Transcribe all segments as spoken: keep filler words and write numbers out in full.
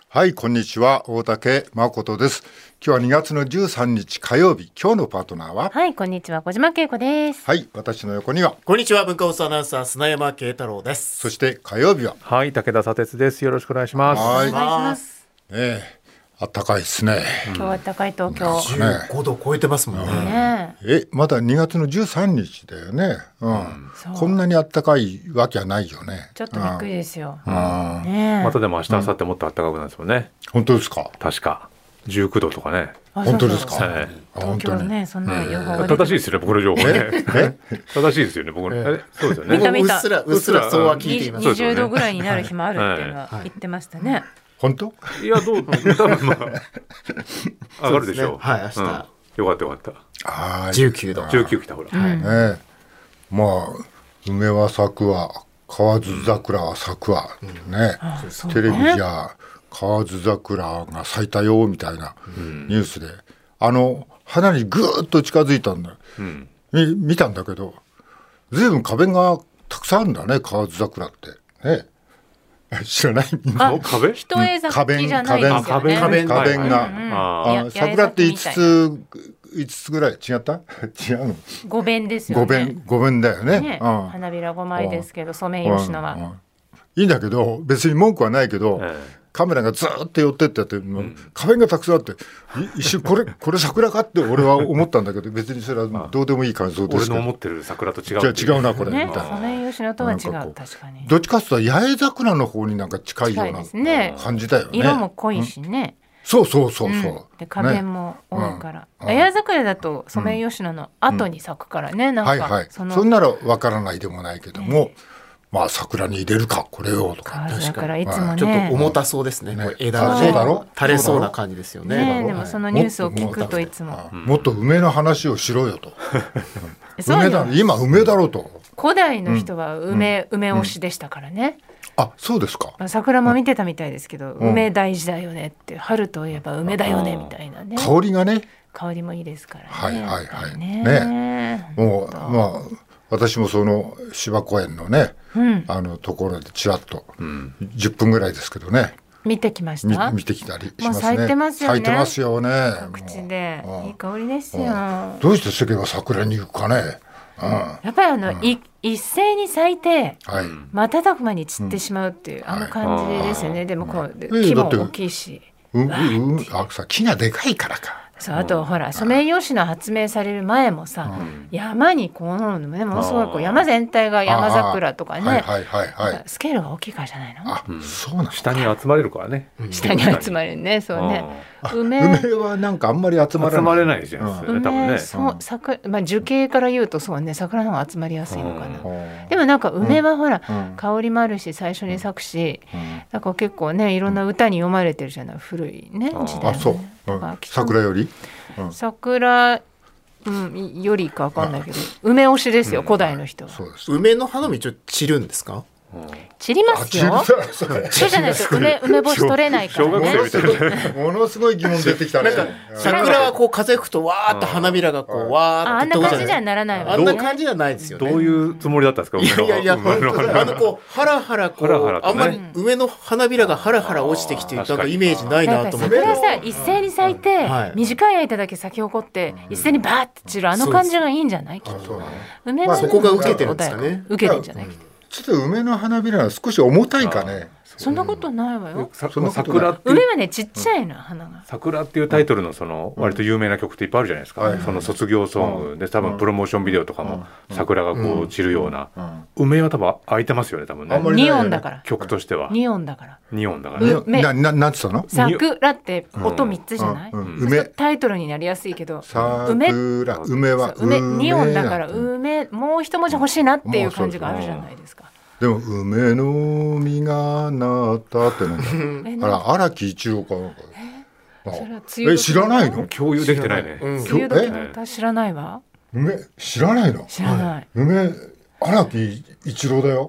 はい、こんにちは。大竹誠です。今日はにがつのじゅうさんにち火曜日。今日のパートナーは、 はい、こんにちは。小島恵子です。 はい、私の横には、 こんにちは。文化放送アナウンサー砂山慶太郎です。 そして火曜日は、 はい、武田砂鉄です。よろしくお願いします。 はい、 お願いします。 ええ、あったかいですね。 今日は高い東京。 じゅうごど超えてますもんね。 ねえ、まだにがつのじゅうさんにちだよね。うん。 そうこんなにあったかいわけはないよね。 ちょっとびっくりですよ。 うん。うんねえ。 またでも明日明後日もっと暖かくなるんですもんね。 本当ですか。 確かじゅうきゅうどとかね。 あ本当ですか。 そうそうはいあ東本当に。 京ね、そんな予報が出て正しいですよね、僕の情報ね。 え正しいですよね、僕の。えそうですよ僕ね。 もうっすらうっすらそうは聞いています。 そうですよねにじゅうどぐらいになる日もあるっていうのは言ってましたね。 本当？ いや、どう、多分まあ上がるでしょう。 はい、明日、 うんよかったよかった。 はい。 じゅうきゅうど。 じゅうきゅう来たほら。 うんええ、まあ梅は咲くわ河津桜は咲くわ、ね、 そうねテレビじゃ河津桜が咲いたよみたいなニュースで、あの花にぐーっと近づいたんだよ、 うんみ見たんだけどずいぶん花弁がたくさんあるんだね、河津桜ってね。知らない？ あお壁一重咲きじゃないですよね。 花弁花弁花弁が、 うんうんあいやあ桜っていつついつつぐらい違った？違うの？ 五弁ですよね。 五弁五弁だよね。 ね、 うん花びらごまいですけど、ソメイヨシノは。 うんうんいいんだけど別に文句はないけど、 えカメラがずーっと寄ってってやって、花弁がたくさんあってい一瞬これこれ桜かって俺は思ったんだけど別にそれはどうでもいい感想ですけど、 俺の思ってる桜と違うじゃあっていう。 違うなこれ、 ねみたいな。 ソメイヨシノとは違う。 なんかこう確かに。 どっちかっていうと八重桜の方になんか近いよう近いなですね。 感じだよね。 色も濃いしね。 そうそうそうそう、 うんで花弁ねも多いから、 うん八重桜だとソメイヨシノの後に咲くからね、なんか、 はいはい、そそのんならわからないでもないけども、まあ桜に入れるかこれをとか、 河津桜いつもちょっとね重たそうですね。 ねこれ枝がそうだろ垂れそうな感じですよね。 ねでもそのニュースを聞くといつも、 もっと梅の話をしろよと。 そう梅だよ今梅だろうと。 古代の人は梅、梅推しでしたからね、 あ、そうですか。 まあ桜も見てたみたいですけど、 うん梅大事だよねって春といえば梅だよねみたいなね、 香りがね、 香りもいいですからね。 はいはいはいやっぱりねねもうまあ私もその芝公園のね、 うん、 あのところでちらっとうんじゅっぷんぐらいですけどね、 見てきましみた。 見てきたりしもうますね。 咲いてますよね。 咲いてますよね。 各地でもういい香りですよ。 うんどうして世間は桜に行くかね。うん、はやっぱりあの、い一斉に咲いてい。 瞬く間に散ってしまうっていう、あの感じですよね。でもこう、 うんだって木も大きいし、 うううあさ木がでかいからか。 そうあとほらソメイヨシノ発明される前もさ、山にこうのねものすごいこう山全体が山桜とかね、 はいはいはいはい。 スケールが大きいからじゃないの？ あ、そうなんだ。 下に集まれるからね。 下に集まるね、そうね。梅梅はなんかあんまり集まらない。 集まれないじゃないですかね、多分梅ね。 そう桜、まあ樹形から言うとそうね、桜の方が集まりやすいのかな。 うんでもなんか梅はほら、 うん香りもあるし最初に咲くし、 うんなんか結構ねいろんな歌に読まれてるじゃない、古いねあー時代のねあ、そう。うんだから桜より。うん桜、うん、よりかわかんないけど梅推しですよ、古代の人は。 そうです。 梅の花も一応散るんですか？ 散りますよ。 あ散るそうそうじゃないと梅梅干し取れないからね。 小学生みたいな。 ものすごい疑問出てきたね。 なんか桜はこう風吹くとわーっと花びらがこうわああーって飛ぶんな感じじゃじゃない。 ならないわあね。 んな感じじゃないですよね。 どういうつもりだったんですか。 いやいやいや、 梅の花あのこうハラハラこうハラハラとねあんまり梅の花びらがハラハラ落ちてきてなんかイメージないなんかなと思って。 桜さ一斉に咲いて、 はい短い間だけ咲き誇って一斉にバーって散るあの感じがいいんじゃないきっと。 そうなの。 梅はまあそこが受けてるんですかね穏や受けてるんじゃない、 ちょっと梅の花びらは少し重たいかね。 そんなことないわよ。 さそんなことない桜っていう梅はねちっちゃいの花が。 桜っていうタイトルのその割と有名な曲っていっぱいあるじゃないですか、 はいその卒業ソングで多分プロモーションビデオとかも桜がこう散るような、 うん梅は多分開いてますよね多分ねあんまりニオンだから。 曲としてはニオンだから。 ニオンだからねう梅なななんつったの？ 桜って音みっつじゃない、 うんうんそう梅タイトルになりやすいけど梅桜梅はそう梅ニオンだからだ梅もう一文字欲しいなっていう感じがあるじゃないですか。 でも梅の実がなったってなんだ。 えあら荒木一郎かなんか。あそれは梅雨時え知らないの？ 共有できてないね、 うん梅雨時えの歌知らないわ。 梅知らないの？ 知らない。 梅荒木一郎だよ。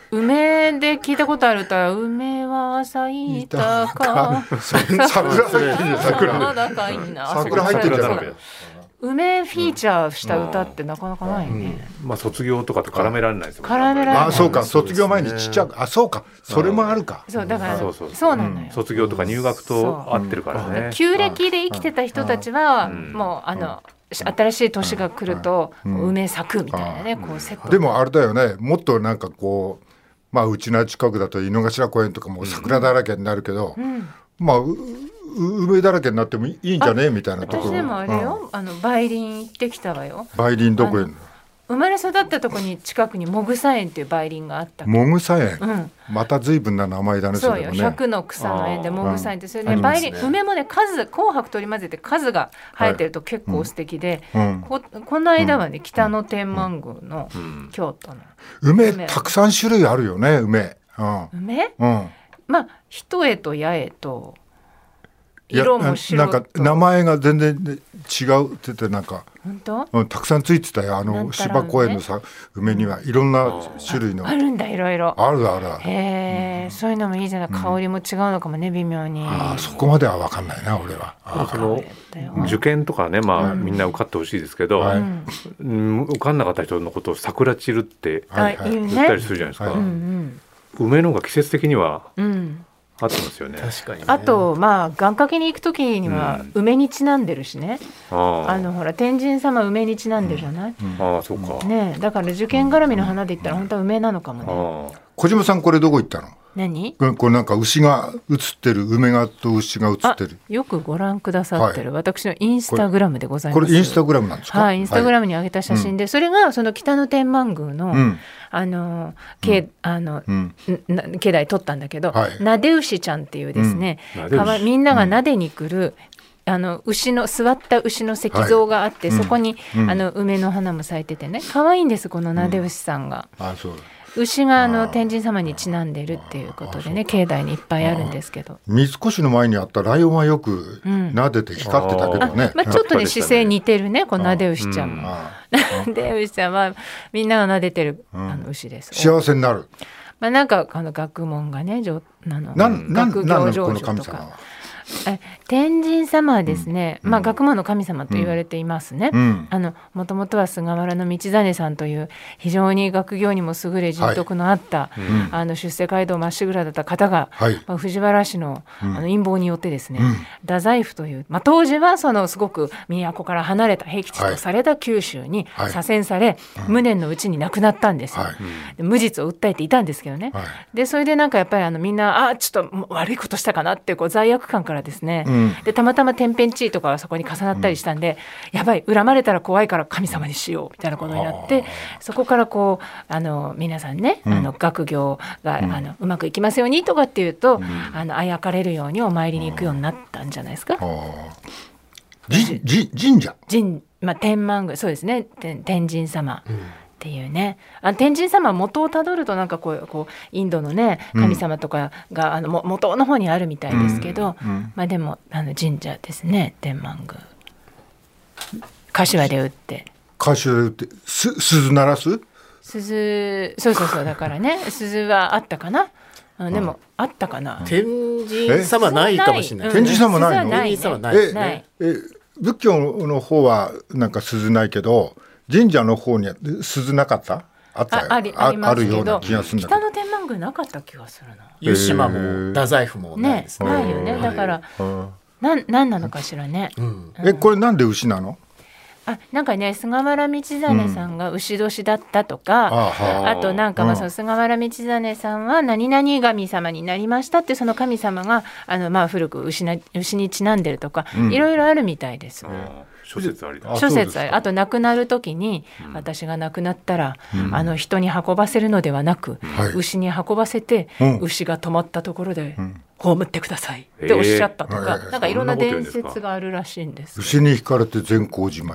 梅で聞いたことある歌は梅は咲いたか桜入ってるよ桜まだかいな桜入ってるじゃん。 梅フィーチャーした歌ってなかなかないね、 うん、まあ卒業とかと絡められないですもんね。 絡められない。 あ、そうか、卒業前にちっちゃく、あ、そうか、それもあるか。 そうだからそうそうそうそうなのよ、 うん卒業とか入学と合ってるからね。 旧暦で生きてた人たちはうんもうあの新しい年が来ると梅咲くみたいなね、こうセットでもあれだよね、もっとなんかこう、まあうちの近くだと井の頭公園とかも桜だらけになるけど、まあう梅だらけになってもいいんじゃねえみたいなところ。 私でもあれよ、あの梅林行ってきたわよ。 梅林どこへんの？ 生まれ育ったとこに近くにもぐさ園っていう梅林があった。 もぐさ園、 うんまた随分な名前だね。 そうよ、 れもね百の草の園でもぐさ園って、それね、 ありますね梅林梅もね数紅白取り混ぜて数が生えてると結構素敵で、 うんこ, この間はね北野天満宮の京都の梅たくさん種類あるよね、梅。うん梅、 うんまあ一重と八重といや色も白なんとか名前が全然違うって言ってなんか、 本当うん、たくさんついてたよ。あのなんたら梅芝公園のさ梅にはいろんな種類のあるんだいろいろ。 あるあるある。 へえ、そういうのもいいじゃない、香りも違うのかもね微妙に。 ああそこまでは分かんないな俺は。あその受験とかね、まあみんな受かってほしいですけど、 はいうん受かんなかった人のことを桜散るってはいあいいね言ったりするじゃないですか。 はいうん梅の方が季節的にはうんうん合ってますよね。 確かにね。 あとまあ願掛けに行く時にはうん梅にちなんでるしね、 あああのほら天神様梅にちなんでるじゃない、 ああそうか。 ねえだから受験絡みの花で言ったら本当は梅なのかもね。 ああ小島さんこれどこ行ったの？ 何？ これこれなんか牛が写ってる、梅がと牛が写あってる。 よくご覧くださってる、私のインスタグラムでございこます。 れインスタグラムなんですか？ はい、インスタグラム。 ムに上げた写真で、それがその北野天満宮の、 うんあの境あの、 うんな境内撮ったんだけど、 はいなで牛ちゃんっていうですね、 うんなで牛かわみんながなでに来る、あの牛の座った牛の石像があって、 はいそこに、 うんあの梅の花も咲いててね、可愛いんですこのなで牛さんが。 あそう。 牛があの天神様にちなんでるっていうことでね、境内にいっぱいあるんですけど。 三越の前にあったライオンはよくん撫でて光ってたけどね。 まあ、ちょっとねやっぱりしたね姿勢似てるねこのなで牛ちゃんも。 あなで牛ちゃんはみんなが撫でてる、 んあの牛です。 幸せになる。 まあ、なんかあの学問がね、じょあのなんなん学なん業なのこの神成就とか。 様は。 え天神様はですね、まあ、学問の神様と言われていますね。 うんあのもともとは菅原道真さんという非常に学業にも優れ人徳のあった、 うんあの出世街道まっしぐらだった方が、 はいまあ、藤原氏の,、あの陰謀によってですね、 うん太宰府という、まあ、当時はそのすごく都から離れた僻地とされた九州にはい左遷され、無念のうちに亡くなったんですよ。 はいで無実を訴えていたんですけどね、 はいでそれでなんかやっぱりあのみんなあちょっともう悪いことしたかなってこう罪悪感からですね、 うんでたまたま天変地異とかがそこに重なったりしたんで、やばい恨まれたら怖いから神様にしようみたいなことになって、そこからこうあの皆さんね、あの学業が、あのうまくいきますようにとかっていうと、あのあやかれるようにお参りに行くようになったんじゃないですか。 あーじじ神社。 神、まあ、天満宮、そうですね、天天神様っていうね、あ天神様は元をたどるとなんかこうこうインドのね神様とかが、あのも元の方にあるみたいですけど、まあ、でもあの神社ですね、天満宮。柏で打って柏で打ってす鈴鳴らす？ 鈴、そうそうそう、だからね鈴はあったかな、あでもあったかな。 天神様ないかもしれない。 うん天神様ないの鈴は天神様ねないですないね。 え仏教の方はなんか鈴ないけど神社の方には鈴なかった？あったよ。 あありありまするよけど、 うな気がするんだけど。 北の天満宮なかった気がするな。 湯島も太宰府もないねですね。 ないよね。だからうんなんなんなのかしらね。 うん。 えこれなんで牛なの？ あなんかね菅原道真さんが牛年だったとか、 あはあとなんかまあうんその菅原道真さんは何々神様になりましたって、その神様があのまあ古く牛な牛にちなんでるとか、 うんいろいろあるみたいです。 あ諸説ありだ。 あ諸説あそうですかる。あと亡くなる時に、私が亡くなったら、あの人に運ばせるのではなく、 はい牛に運ばせて、 うん牛が止まったところで、 ん葬ってくださいっておっしゃったとか、 えーなんかいろんな伝そんなこと言うんですか説があるらしいんです。 牛に引かれて善光寺参り。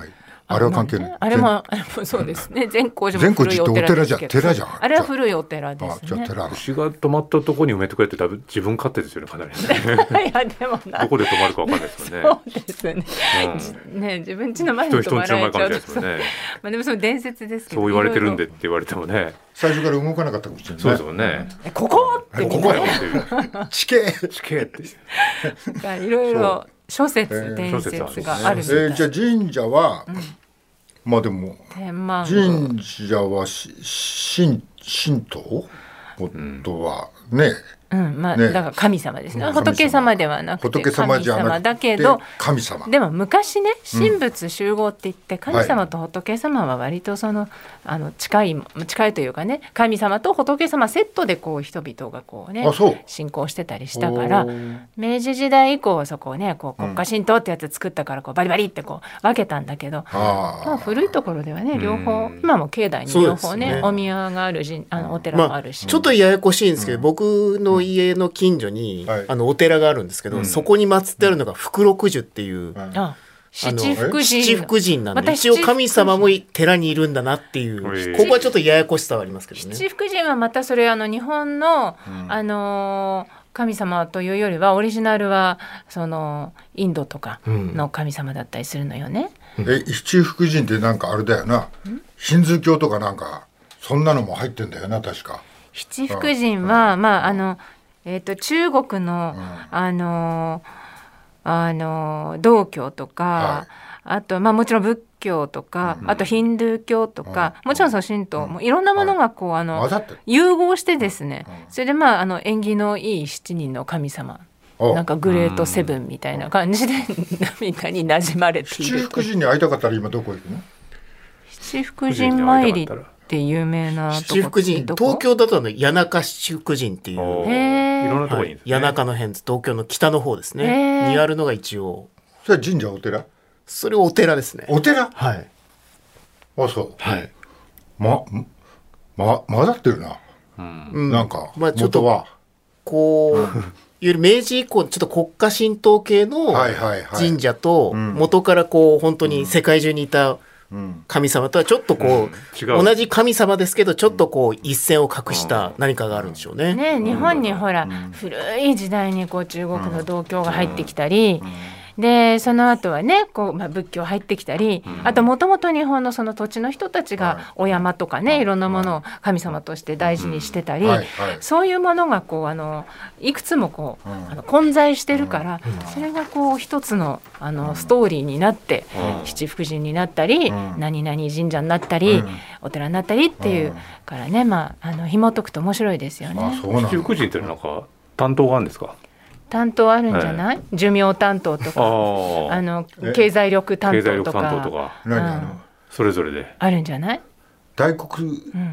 あれは関係ない。 あれも、あれもそうですね。善光寺善も古い光寺ってお寺じゃん。寺じゃん。 あれは古いお寺ですね。 あ、じゃあ寺。 牛が止まったところに埋めてくれって多分自分勝手ですよね、かなりね。 いやでもなどこで止まるかわかんないですよね。 そうですね。うん、ね、自分家の前に止まられちゃうと、 人の家の前かもしれないですもんね。 まあでもその伝説ですけど。 そう言われてるんでって言われてもね。 最初から動かなかったかもしれない。 そうですよね。 ここってここよ。地形地形って。 いろいろ諸説伝説があるみたい。 えー、じゃあ神社は、うん、まあでも神社はし神神道ことはね、 うん、まあ、ね、だから神様ですね。仏様ではなくて神様だけど、 神様。 でも昔ね、神仏集合って言って神様と仏様は割とその、あの近い近いというかね、神様と仏様セットでこう人々がこうね信仰してたりしたから、明治時代以降はそこをね、こう国家神道ってやつ作ったからこうバリバリってこう分けたんだけど、あまあ古いところではね両方、今も境内に両方 ね, ねお宮があるし、あのお寺もあるし、 まあ、ちょっとややこしいんですけど、うん、僕の家の近所に、はい、あのお寺があるんですけど、うん、そこに祀ってあるのが福禄寿っていう、うん、あ七福神七福神なんで、一応神様も寺にいるんだなっていう、ここはちょっとややこしさはありますけどね。 七福神はまたそれあの日本の、うん、あの神様というよりはオリジナルはそのインドとかの神様だったりするのよね、 うん、え七福神ってなんかあれだよな、ヒンズー教とかなんかそんなのも入ってんだよな確か。 七福神は、うん、まああのえー、と中国の、うん、あのあの道教とか、はい、あと、まあ、もちろん仏教とか、うん、あとヒンドゥー教とか、うん、もちろんその神道、うん、もいろんなものがこう、はい、あの融合してですね、うん、それで、まあ、あの縁起のいい七人の神様、なんかグレートセブンみたいな感じでみんなに馴染まれている。 七福神に会いたかったら今どこ行くの？ 七福神参りって有名なとこ。 七福神、東京だとあの谷中七福神っていう、 へいろんなところに、ね、 はい、谷中の辺、東京の北の方ですねにあるのが一応。 それは神社お寺？ それお寺ですね。 お寺？ はい。 あ、そう。 はい。 まま混ざってるな。うん、なんか、まあ、ちょっとはこういわゆる明治以降ちょっと国家神道系の神社と元からこう本当に世界中にいた神様とはちょっとこう、うん、同じ神様ですけどちょっとこう一線を画した何かがあるんでしょうね。 ね、日本にほら、うん、古い時代にこう中国の道教が入ってきたり、うんうんでその後はねこう、まあ、仏教入ってきたり、うん、あともともと日本のその土地の人たちがお山とかね、はい、いろんなものを神様として大事にしてたり、うんはいはい、そういうものがこうあのいくつもこう、うん、あの混在してるから、うん、それがこう一つの、あのストーリーになって、うん、七福神になったり、うん、何々神社になったり、うん、お寺になったりっていう、うん、からね、まあ、あの紐解くと面白いですよね。 あ、そうなんだ。 七福神ってなんか担当があるんですか？ 担当あるんじゃない、はい、寿命担当とか あ, あの経済力担当とか、経済力担当とか、 何あのそれぞれであるんじゃない？ 大黒、うん、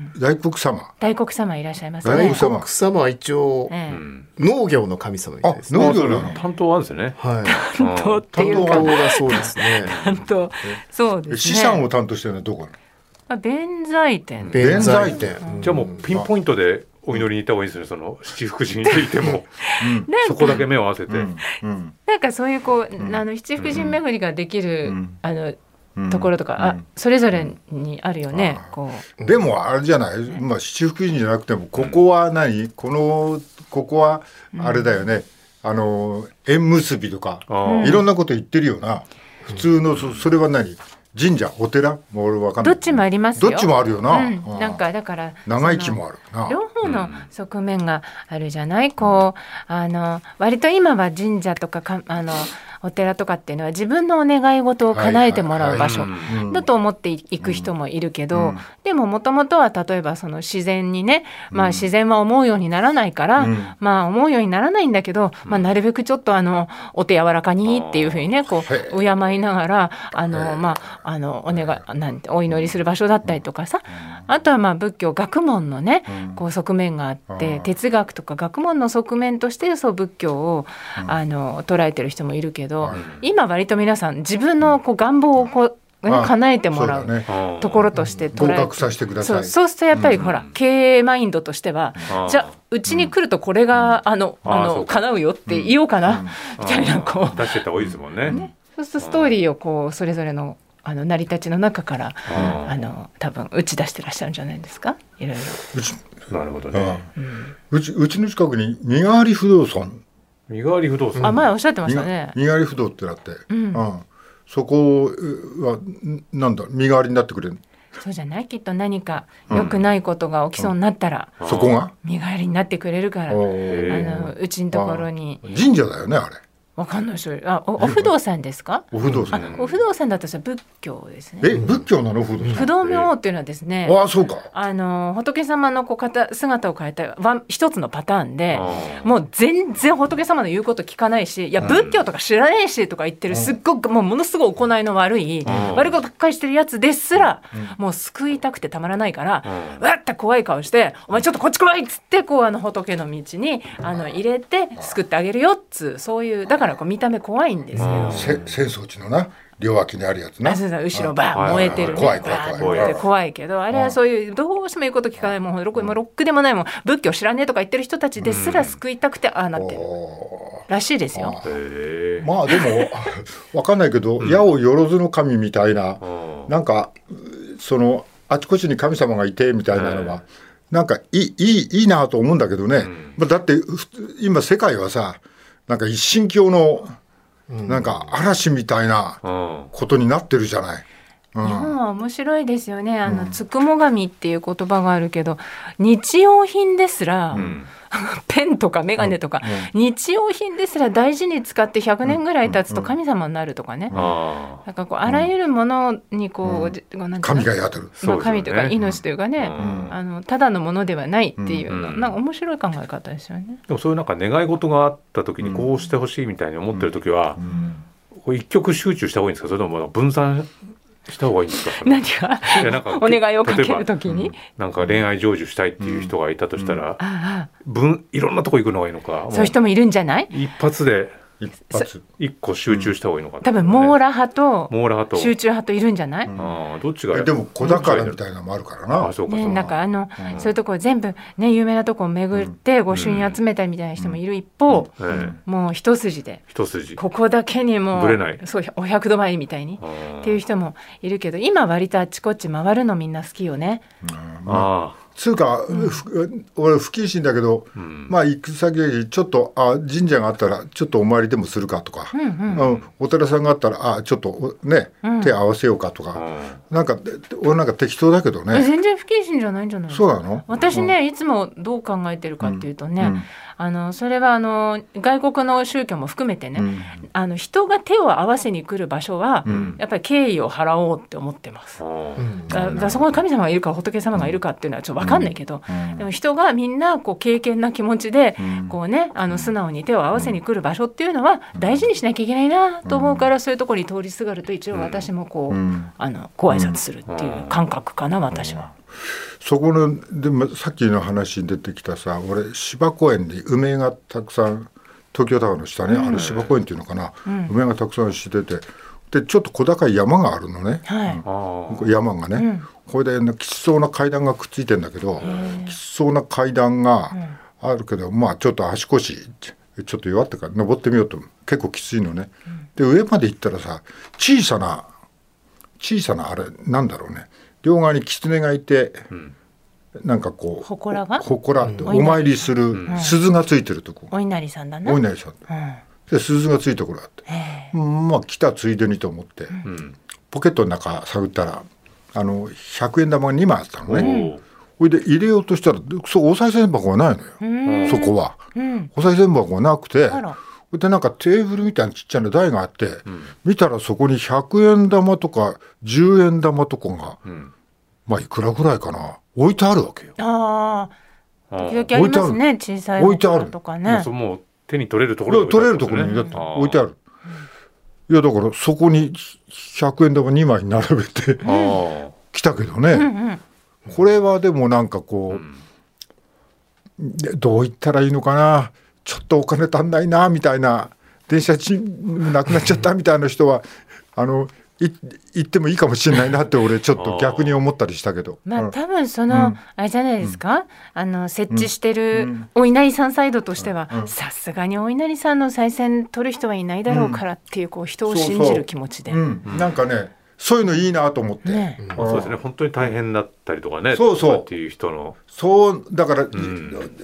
大黒様大黒様いらっしゃいますね。 大黒様は一応、ええ、農業の神様みたいですね。 農業の担当あるんですよね。 はい、 担当っていうか担当がそうですね。 担当そうですね。 資産を担当してるのはどこなの？ あ、弁財天。 弁財天、 うん、じゃあもうピンポイントでお祈りに行った方がいいですね。その七福神についても、うん、そこだけ目を合わせて、うんうん、なんかそういうこう、うん、あの七福神巡りができる、うん、あのうん、ところとか、うん、あそれぞれにあるよね、うん、こうでもあれじゃない、まあ、七福神じゃなくてもここは何、うん、このここはあれだよね、うん、あの縁結びとか、うん、いろんなこと言ってるよな、普通の そ, それは何神社お寺もう俺分かんない。 どっちもありますよ。 どっちもあるよな、うん、 なんかだから長生きもあるな。 両方の側面があるじゃない、こうあの割と今は神社とかかあのお寺とかっていうのは自分のお願い事を叶えてもらう場所だと思っていく人もいるけど、うんうん、でももともとは例えばその自然にね、まあ、自然は思うようにならないから、うん、まあ思うようにならないんだけど、まあ、なるべくちょっとあのお手柔らかにっていうふうにねこう敬いながらあの、まあ、あのお願いなんてお祈りする場所だったりとかさ、あとはまあ仏教学問のねこう側面があって、哲学とか学問の側面としてそう仏教をあの捉えてる人もいるけど、今割と皆さん自分のこう願望をこう叶えてもらうところとして捉えて、 合格させてください。 そう、そうするとやっぱりほら、うん、経営マインドとしては、うん、じゃあうちに来るとこれが、うん、あのあの叶うよって言おうかな、うん、みたいなこう出してた方がいいですもんね。 ね、そうするとストーリーをこうそれぞれのあの成り立ちの中からああの多分打ち出してらっしゃるんじゃないですか、いろいろ。 うちなるほどね。 うん、うちうちの近くに身代わり不動産、 身代わり不動産、 あ、前おっしゃってましたね。 身代わり不動ってなって、 うんうん、そこはなんだ身代わりになってくれる。 そうじゃない、きっと何か良くないことが起きそうになったら、 うん、そこが身代わりになってくれるから、あのうちのところに。 神社だよね、あれ。 わかんない人、あ、お、お不動産ですか？ お不動産。 あ、お不動産だとしたら仏教ですね。 え、仏教なの？不動産。 不動明王っていうのはですね。 ああ、そうか。 あの仏様のこう形姿を変えたワン一つのパターンで、もう全然仏様の言うこと聞かないし、いや仏教とか知らないしとか言ってる、すっごくもうものすごい行いの悪い、悪いことばっかりしてるやつですら、もう救いたくてたまらないから、わって怖い顔して、お前ちょっとこっち来いっつってこうあの仏の道にあの入れて救ってあげるよっつ、そういうだからこう見た目怖いんですけど。 せ浅草寺のな両脇にあるやつな。 あ、そうそう、後ろバー燃えてる、ね、 怖い怖い怖い怖い怖いけど、あれはそういうどうしても言うこと聞かない、もうロックでもないもん、仏教知らねえとか言ってる人たちですら救いたくてああなってるらしいですよ。 まあでもわかんないけど、矢をよろずの神みたいな、なんかそのあちこちに神様がいてみたいなのはなんかいいいいいいなと思うんだけどね、うん、だって今世界はさ、なんか一神教のなんか嵐みたいなことになってるじゃない。 日本は面白いですよね。あの、うん、つくも神っていう言葉があるけど、日用品ですら、うん、ペンとかメガネとか、うん、日用品ですら大事に使ってひゃくねんぐらい経つと神様になるとかね、うん、なんかこうあらゆるものにこう、うん、なんていうの、 神が宿る、 まあ、神というか命というかね、うん、あのただのものではないっていうの、うん、なんか面白い考え方ですよね。 でもそういうなんか願い事があった時にこうしてほしいみたいに思ってる時は、うんうん、こう一極集中した方がいいんですか、それとも分散した方がいいんですか？ 何がいやなんかお願いをかけるときに、 うん、なんか恋愛成就したいっていう人がいたとしたら、うんうん、いろんなとこ行くのがいいのか、 そういう人もいるんじゃない？ 一発で一発一個集中した方がいいのか、ね、 多分網羅派と網羅派と集中派といるんじゃない？うん、 あどっちがでも子宝みたいなのもあるからな。 あそうか、 ね、なんかあの、うん、そういうとこ全部ね有名なとこを巡って御朱印集めたりみたいな人もいる一方、うんうん、もう一筋で一筋ここだけにもぶれない、 そうお百度参りみたいにっていう人もいるけど、今割とあっちこっち回るのみんな好きよね。 うん、ああつうか、うん、俺不謹慎だけど、うん、まあ行く先々ちょっとあ神社があったらちょっとお参りでもするかとか、うんうんうん、お寺さんがあったらあちょっとね、うん、手合わせようかとか、うん、なんか俺なんか適当だけどね。 全然不謹慎じゃないんじゃないですか。 そうなの？ 私ね、うん、いつもどう考えてるかっていうとね、うん、あのそれはあの外国の宗教も含めてね、うん、あの人が手を合わせに来る場所は、うん、やっぱり敬意を払おうって思ってます、うん、だだそこに神様がいるか仏様がいるかっていうのはちょっと分かんないけど、うん、でも人がみんなこう敬虔な気持ちで、うん、こうねあの素直に手を合わせに来る場所っていうのは大事にしなきゃいけないなと思うから、そういうところに通りすがると一応私もこう、うん、あのご挨拶するっていう感覚かな、私は。 そこのでもさっきの話に出てきたさ、俺芝公園に梅がたくさん東京タワーの下ね、うん、あれ芝公園っていうのかな、うん、梅がたくさんしてて、でちょっと小高い山があるのね、はい、山がね、うん、これできつそうな階段がくっついてんだけど、きつそうな階段があるけど、まあちょっと足腰ちょっと弱ってから登ってみようと結構きついのね、うん、で上まで行ったらさ、小さな小さなあれなんだろうね、両側に狐がいて、うん、なんかこう祠が祠ってお参りする鈴がついてるとこ、 お稲荷さんだな、 お稲荷さん、うん、で鈴がついてるところがあって、まあ来たついでにと思って、うん、ポケットの中探ったらあのひゃくえん玉がにまいあったのね。それで入れようとしたらそうお賽銭箱がないのよ、そこは、うん、お賽銭箱がなくて、でなんかテーブルみたいなちっちゃな台があって、うん、見たらそこにひゃくえん玉とかじゅうえん玉とかが、うん、まあいくらぐらいかな置いてあるわけよ。 ああ、時々ありますね、小さい袋とかね。 もう手に取れるところに取れるところにだって置いてある。いやだからそこにひゃくえん玉にまい並べて来たけどね、うんうん、これはでもなんかこう、うん、どう言ったらいいのかな、ちょっとお金足んないなみたいな、電車なくなっちゃったみたいな人はあの行ってもいいかもしれないなって俺ちょっと逆に思ったりしたけど、 まあ多分その、うん、あれじゃないですか、うん、あの設置してるお稲荷さんサイドとしてはさすがにお稲荷さんの賽銭取る人はいないだろうからっていう、こう人を信じる気持ちで、 そうそう、うん、なんかねそういうのいいなと思って、 ねうん、そうですね、本当に大変だったりとかね、 そうそうっていう人のそうだから、 うん、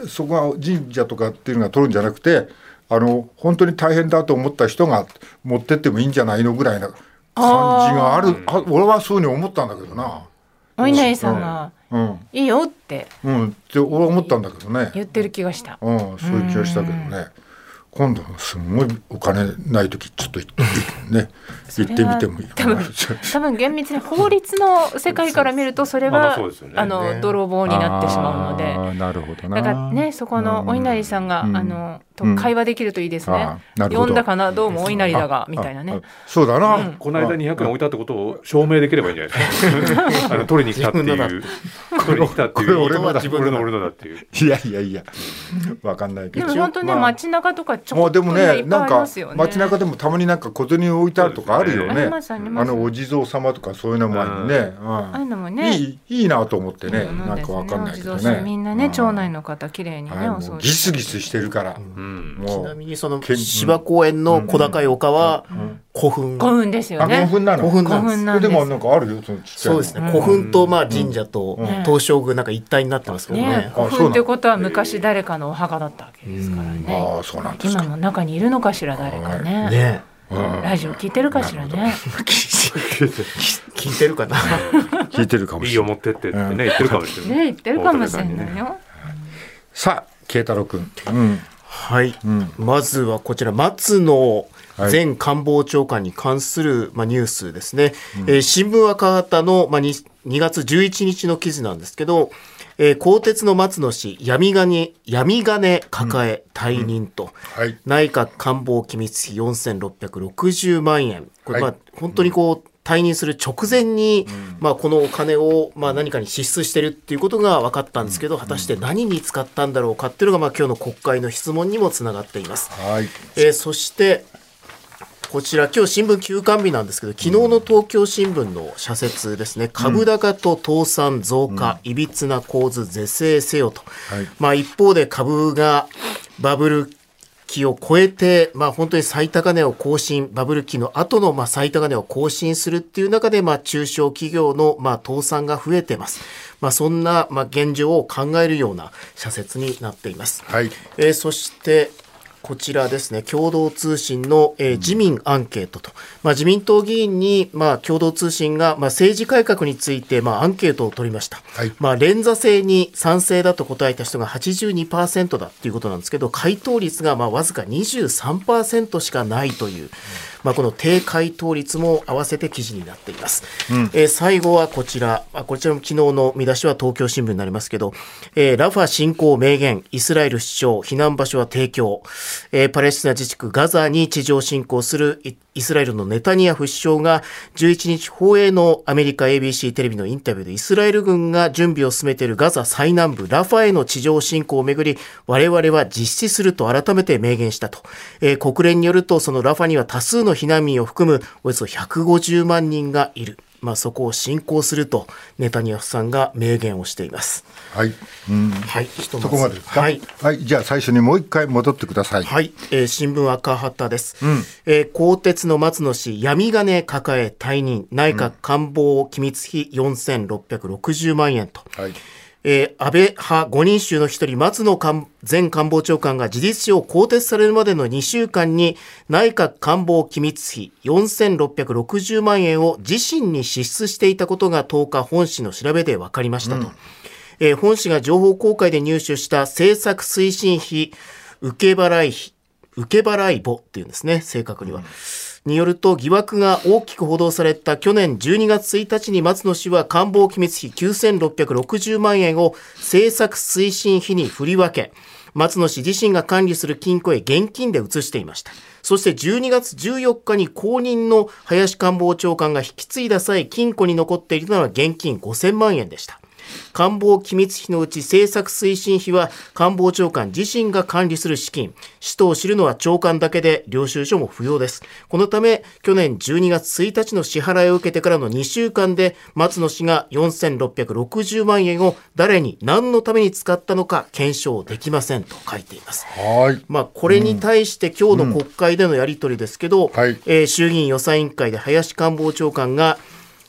そこが神社とかっていうのが取るんじゃなくて、あの本当に大変だと思った人が持ってってもいいんじゃないのぐらいな感じがある。ああ俺はそういうふうに思ったんだけどな。 お稲荷さんが、 うん、 いいよって、 うん、って俺は思ったんだけどね。 言ってる気がした。 うん、そういう気がしたけどね。今度すごいお金ない時ちょっとね行ってみてもいいかな。多分、 多分厳密に法律の世界から見るとそれはあの泥棒になってしまうので、 あなるほどな。 だからね、そこのお稲荷さんが、うん、あのと会話できるといいですね。 うん、 読んだかな、どうもお稲荷だがみたいなね。 そうだな、うん、 この間にひゃくえん置いたってことを証明できればいいんじゃないですか。あの取りに来たっていう取りに来たっていう俺のだ俺の俺のだっていう。 いやいやいやわかんないけど。 でも本当ね、まあ、街中とかちょっとね、なんかね、 街中でもたまになんか小銭置いてあるとかあるよね。あのお地蔵様とかそういうのもあるね。 ああいうのもね、 いいいいなと思ってね。なんかわかんないけどね。 みんなね、町内の方綺麗にね、お掃除。 ギスギスしてるから。 ちなみにその芝公園の小高い丘は古墳。 古墳ですよね。 古墳なの。 古墳なんです。 でもなんかあるよ。 そうですね。古墳とまあ神社と東照宮なんか一体になってますけどね。 古墳ってことは昔誰かのお墓だったわけですからね。 ああ、そうなんですか。 今も中にいるのかしら、誰かね。 ね。 ラジオ聞いてるかしらね。 聞いてるかな。 聞いてるかもしれない。 いいよ持ってってってね、言ってるかもしれない。 ね、言ってるかもしれないよ。 さあ、慶太郎君。うん、 はい、うん。まずはこちら松野前官房長官に関する、まあ、ニュースですね。うん、えー、新聞赤旗の、まあ、にがつじゅういちにちの記事なんですけど、えー、鋼鉄の松野氏闇金闇金抱え退任と、うんはい、内閣官房機密費よんせんろっぴゃくろくじゅうまんえん、これ、まあ、本当にこう退任する直前に、うんまあ、このお金を、まあ、何かに支出しているっていうことが分かったんですけど、果たして何に使ったんだろうかっていうのが、まあ、今日の国会の質問にもつながっています。 はい、 えー、そしてこちら今日新聞休刊日なんですけど、昨日の東京新聞の社説ですね、株高と倒産増加、いびつな構図是正せよと、はい、まあ、一方で株がバブル期を超えて、まあ、本当に最高値を更新、バブル期の後のまあ最高値を更新するっていう中で、まあ、中小企業のまあ倒産が増えてます。まあ、そんなまあ現状を考えるような社説になっています。 はい、 えー、そしてこちらですね、共同通信の、えー、自民アンケートと、まあ、自民党議員に、まあ、共同通信が、まあ、政治改革について、まあ、アンケートを取りました。はい、まあ、連座制に賛成だと答えた人が はちじゅうにパーセント だということなんですけど、回答率がまあわずか にじゅうさんパーセント しかないという、まあ、この低回答率も合わせて記事になっています。うん、えー、最後はこちら、こちらも昨日の見出しは東京新聞になりますけど、えー、ラファ侵攻明言、イスラエル主張、避難場所は提供、えー、パレスチナ自治区ガザに地上侵攻するイスラエルのネタニヤフ首相がじゅういちにち放映のアメリカ エービーシー テレビのインタビューで、イスラエル軍が準備を進めているガザ最南部ラファへの地上侵攻をめぐり、我々は実施すると改めて明言したと、えー、国連によるとそのラファには多数の避難民を含むおよそひゃくごじゅうまんにんがいる、まあ、そこを侵攻するとネタニヤフさんが明言をしています。 はい、うん、 はい、ひとまずそこまでですか。 はい、 はい、じゃあ最初にもう一回戻ってください。 はい、えー、新聞赤旗です。 うん、 えー、鋼鉄の松野氏闇金抱え退任、内閣官房機密費よんせんろっぴゃくろくじゅうまんえんと、はい、えー、安倍派ごにん衆の一人松野前官房長官が事実上更迭されるまでのにしゅうかんに内閣官房機密費よんせんろっぴゃくろくじゅうまんえんを自身に支出していたことがとおか本誌の調べで分かりましたと、うん、えー、本誌が情報公開で入手した政策推進費受け払い費受け払い簿っていうんですね、正確には、うんによると、疑惑が大きく報道された去年じゅうにがつついたちに松野氏は官房機密費きゅうせんろっぴゃくろくじゅうまんえんを政策推進費に振り分け、松野氏自身が管理する金庫へ現金で移していました。そしてじゅうにがつじゅうよっかに後任の林官房長官が引き継いだ際、金庫に残っているのは現金ごせんまんえんでした。官房機密費のうち政策推進費は官房長官自身が管理する資金、使途を知るのは長官だけで領収書も不要です。このため去年じゅうにがつついたちの支払いを受けてからのにしゅうかんで松野氏がよんせんろっぴゃくろくじゅうまんえんを誰に何のために使ったのか検証できませんと書いています。 はい、 まあ、これに対して今日の国会でのやり取りですけど、 うんはい、 えー、衆議院予算委員会で林官房長官が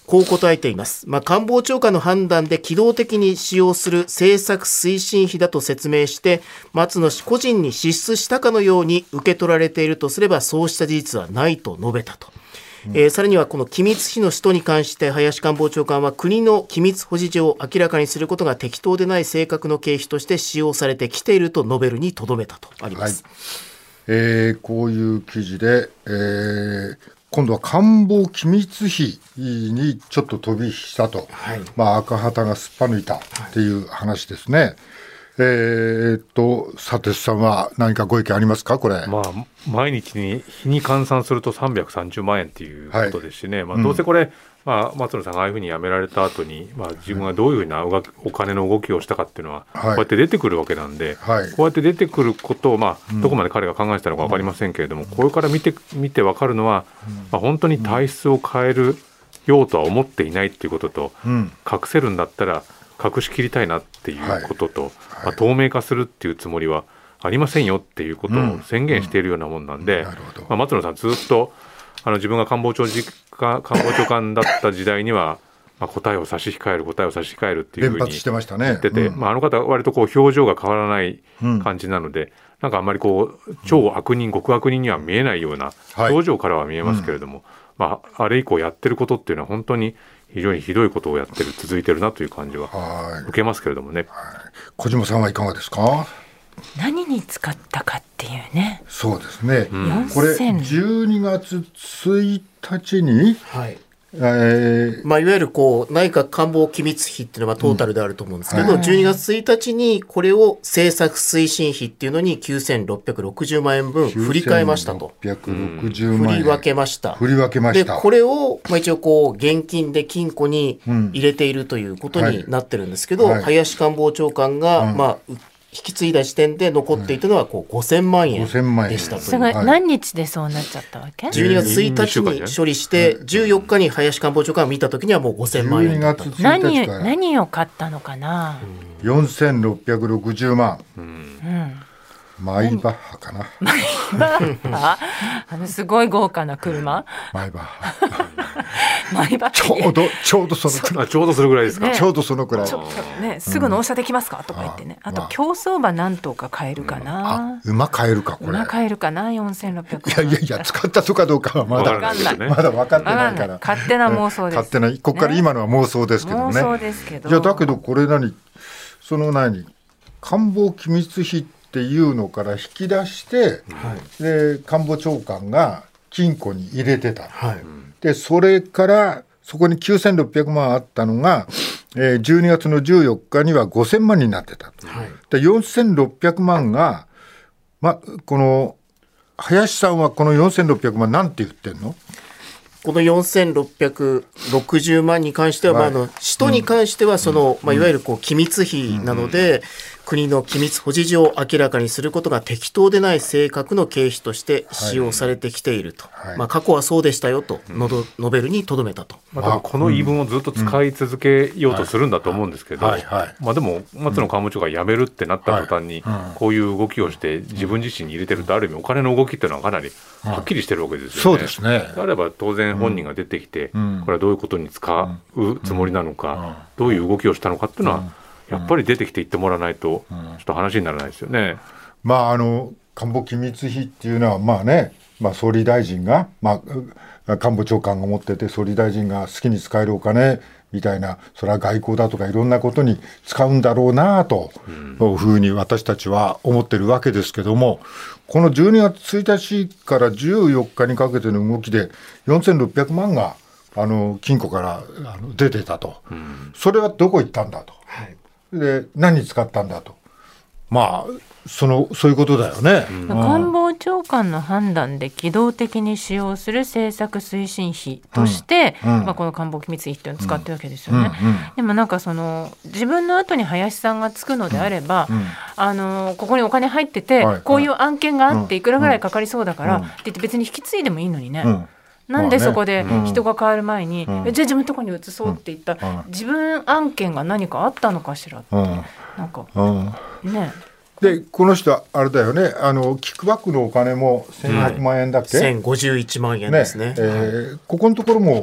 こう答えています。まあ、官房長官の判断で機動的に使用する政策推進費だと説明して、松野氏個人に支出したかのように受け取られているとすれば、そうした事実はないと述べたと。うん、えー、さらにはこの機密費の使途に関して林官房長官は、国の機密保持上を明らかにすることが適当でない正確の経費として使用されてきていると述べるにとどめたとあります。はい、 えー、こういう記事で、えー今度は官房機密費にちょっと飛び火したと、はい、まあ、赤旗がすっぱ抜いたっていう話ですね。はい、えー、っと佐哲さんは何かご意見ありますか？これ、 まあ、毎日に日に換算するとさんびゃくさんじゅうまんえんっていうことですしね、はい、まあ、どうせこれ、うんまあ、松野さんがああいうふうに辞められた後に、まあ、自分がどういうふうなお金の動きをしたかっていうのは、はい、こうやって出てくるわけなんで、はい、こうやって出てくることを、まあ、どこまで彼が考えてたのか分かりませんけれども、うん、これから見て、見て分かるのは、うんまあ、本当に体質を変えるようとは思っていないっていうことと、うん、隠せるんだったら隠し切りたいなっていうことと、はいはいまあ、透明化するっていうつもりはありませんよっていうことを宣言しているようなもんなんで、うんうんまあ、松野さんずっとあの自分が官房長官、官房長官だった時代にはまあ答えを差し控える答えを差し控えるっていうふうに言ってて、まあ、あの方は割とこう表情が変わらない感じなので、うん、なんかあんまりこう超悪人、極悪人には見えないような表情からは見えますけれども、はいうんまあ、あれ以降やってることっていうのは本当に非常にひどいことをやってる続いてるなという感じは受けますけれどもね。 はいはい、小島さんはいかがですか？ 何に使ったかっていうね。 そうですね、うん、これじゅうにがつついたちに、はいえーまあ、いわゆるこう内閣官房機密費っていうのはトータルであると思うんですけど、うんはい、じゅうにがつついたちにこれを政策推進費っていうのにきゅうせんろっぴゃくろくじゅうまんえんぶん振り替えましたと。 きゅうせんろっぴゃくろくじゅうまんえん振り分けました。 振り分けました。 でこれを、まあ、一応こう現金で金庫に入れているということになってるんですけど、うんはい、林官房長官が、うんまあ引き継いだ時点で残っていたのはこうごせんまんえんでしたという、 うん、何日でそうなっちゃったわけ？ じゅうにがつついたちに処理してじゅうよっかに林官房長官が見た時にはもうごせんまんえんだった。 何, 何を買ったのかな？ よんせんろっぴゃくろくじゅうまん、うんうんマイバッハかな。 マイバッハあのすごい豪華な車マイバッハマイバッハちょうどちょうどそのくらいちょうどそのぐらいですか、 ね、ちょうどそのくらいちょっと、ね、すぐ納車できますか、うん、とか言ってね。あと競走馬何頭か買えるかな、 うん、馬買えるかこれ馬買えるかなよんせんろっぴゃくまん。いやいやいや使ったとかどうかはまだ分かんない、ね、まだ分かってないから勝手な妄想です、 勝手なここから今のは妄想ですけどね。 妄想ですけど。 いやだけどこれ何その何官房機密費っていうのから引き出して、はい、で官房長官が金庫に入れてた、はい、でそれからそこにきゅうせんろっぴゃくまんあったのが、えー、じゅうにがつのじゅうよっかにはごせんまんになってた、はい、でよんせんろっぴゃくまんが、ま、この林さんはこのよんせんろっぴゃくまんなんて言ってんの？ このよんせんろっぴゃくろくじゅうまんに関しては、はいまあ、あの使途に関してはその、うんまあ、いわゆるこう機密費なので、うん、国の機密保持上を明らかにすることが適当でない正確の経費として使用されてきていると、はいまあ、過去はそうでしたよと述べるにとどめたと、 まあ、この言い分をずっと使い続けようとするんだと思うんですけど、はいはいはいまあ、でも松野官房長官が辞めるってなった途端にこういう動きをして自分自身に入れてるとある意味お金の動きっていうのはかなりはっきりしてるわけですよね。 そうですね。 であれば当然本人が出てきて、うん、これはどういうことに使うつもりなのか、うん、どういう動きをしたのかっていうのは、うん、やっぱり出てきて言ってもらわないとちょっと話にならないですよね。 まああの官房機密費っていうのはまあね、まあ、総理大臣が、まあ、官房長官が持ってて総理大臣が好きに使えるお金みたいな、それは外交だとかいろんなことに使うんだろうなというふうに私たちは思ってるわけですけども、このじゅうにがつついたちからじゅうよっかにかけての動きでよんせんろっぴゃくまんがあの金庫からあの出てたと、うん、それはどこ行ったんだと、はい、で何に使ったんだと、まあそのそういうことだよね、 うん、官房長官の判断で機動的に使用する政策推進費として、うんうんまあ、この官房機密費っていうのを使ってるわけですよね、うんうんうん、でもなんかその自分の後に林さんがつくのであれば、うんうん、あのここにお金入ってて、はい、こういう案件があっていくらぐらいかかりそうだから、うんうん、って言って別に引き継いでもいいのにね、うんなんでそこで人が変わる前に、まあねうん、じゃあ自分のところに移そうって言った、うん、自分案件が何かあったのかしらって、うん、なんか、うん、ねでこの人はあれだよね、あのキックバックのお金もせんひゃくまんえんだっけ、 うん、せんごじゅういちまんえんですね、ねえー、ここのところも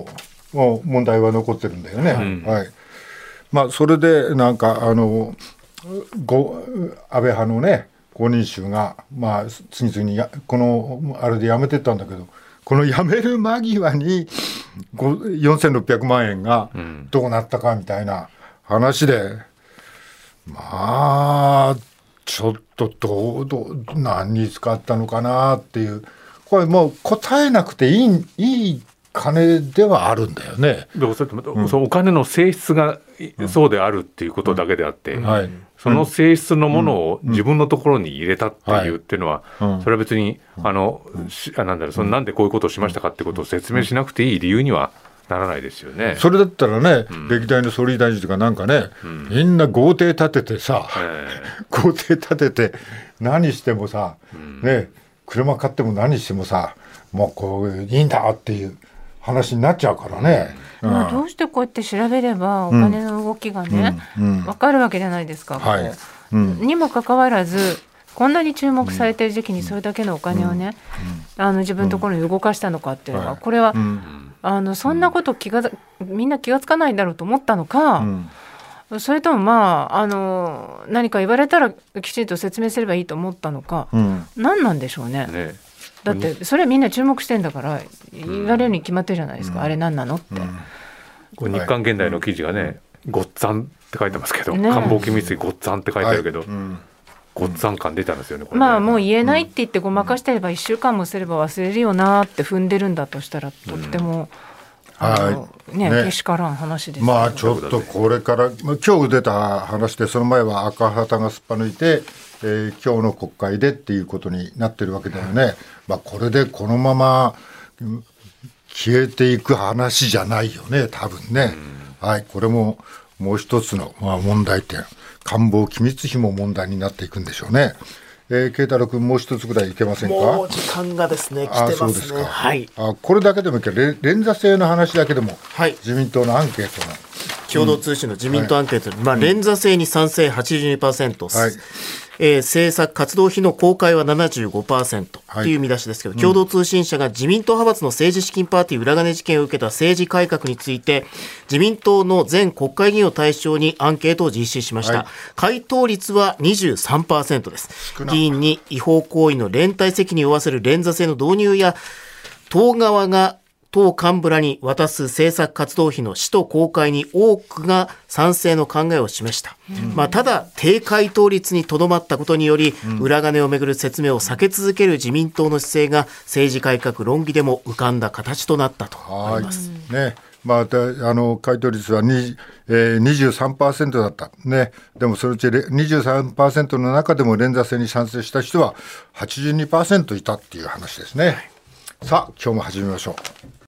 もう問題は残ってるんだよね、うん、はい。まあ、それでなんかあのご安倍派のねごにん衆が、まあ、次々にやこのあれで辞めてったんだけど、この辞める間際によんせんろっぴゃくまんえんがどうなったかみたいな話で、うん、まあちょっとどうどう何に使ったのかなっていう、これもう答えなくていい、いい金ではあるんだよね。 でもそれと、うん、そのお金の性質がそうであるっていうことだけであって、うんはい、その性質のものを自分のところに入れたっていうっていうのは、うんはい、それは別にあの、うん、なんだろう、そのなんでこういうことをしましたかってことを説明しなくていい理由にはならないですよね。 それだったらね、うん、歴代の総理大臣とかなんかね、うん、みんな豪邸建ててさ、えー、豪邸建てて何してもさ、うん、ね、車買っても何してもさ、もうこういいんだっていう話になっちゃうからね、 うん、どうしてこうやって調べればお金の動きがね、うんうん、分かるわけじゃないですか、はいうん、にもかかわらずこんなに注目されている時期にそれだけのお金をね、うん、あの自分のところに動かしたのかっていうのは、うん、これは、うん、あのそんなこと気がみんな気がつかないんだろうと思ったのか、うん、それともまあ、あの何か言われたらきちんと説明すればいいと思ったのか、うん、何なんでしょう ね, ねだってそれはみんな注目してんだから言われるに決まってるじゃないですか、うん、あれ何なのって、うん、 これ日刊現代の記事がね、はい、ごっつぁんって書いてますけど、ね、官房機密費ごっつぁんって書いてあるけど、はいうん、ごっつぁん感出たんですよね、これね。まあもう言えないって言ってごまかしてればいっしゅうかんもすれば忘れるよなって踏んでるんだとしたらとっても、うんはいねね、けしからん話です、ね、 まあちょっとこれから今日出た話で、その前は赤旗がすっぱ抜いて、えー、今日の国会でっていうことになってるわけだよね、まあ、これでこのまま消えていく話じゃないよね多分ね、はい、これももう一つの、まあ、問題点、官房機密費も問題になっていくんでしょうね。えー、慶太郎君もう一つぐらいいけませんか。 もう時間がですね来てますね。あ、そうですか、はい、 あこれだけでもいいけど連座制の話だけでも、はい、自民党のアンケートの共同通信の自民党アンケートで、うんまあ、連座制に賛成 はちじゅうにパーセント、はいえー、政策活動費の公開は ななじゅうごパーセント という見出しですけど、はい、共同通信社が自民党派閥の政治資金パーティー裏金事件を受けた政治改革について自民党の全国会議員を対象にアンケートを実施しました、はい、回答率は にじゅうさんパーセント です。議員に違法行為の連帯責任を負わせる連座制の導入や党側が党幹部らに渡す政策活動費の使途公開に多くが賛成の考えを示した、うんまあ、ただ低回答率にとどまったことにより、うん、裏金をめぐる説明を避け続ける自民党の姿勢が政治改革論議でも浮かんだ形となったと思います。 ねまあ、あの回答率はに、えー、にじゅうさんパーセント だった、ね、でもそのうち にじゅうさんパーセント の中でも連座制に賛成した人は はちじゅうにパーセント いたっていう話ですね。さあ今日も始めましょう。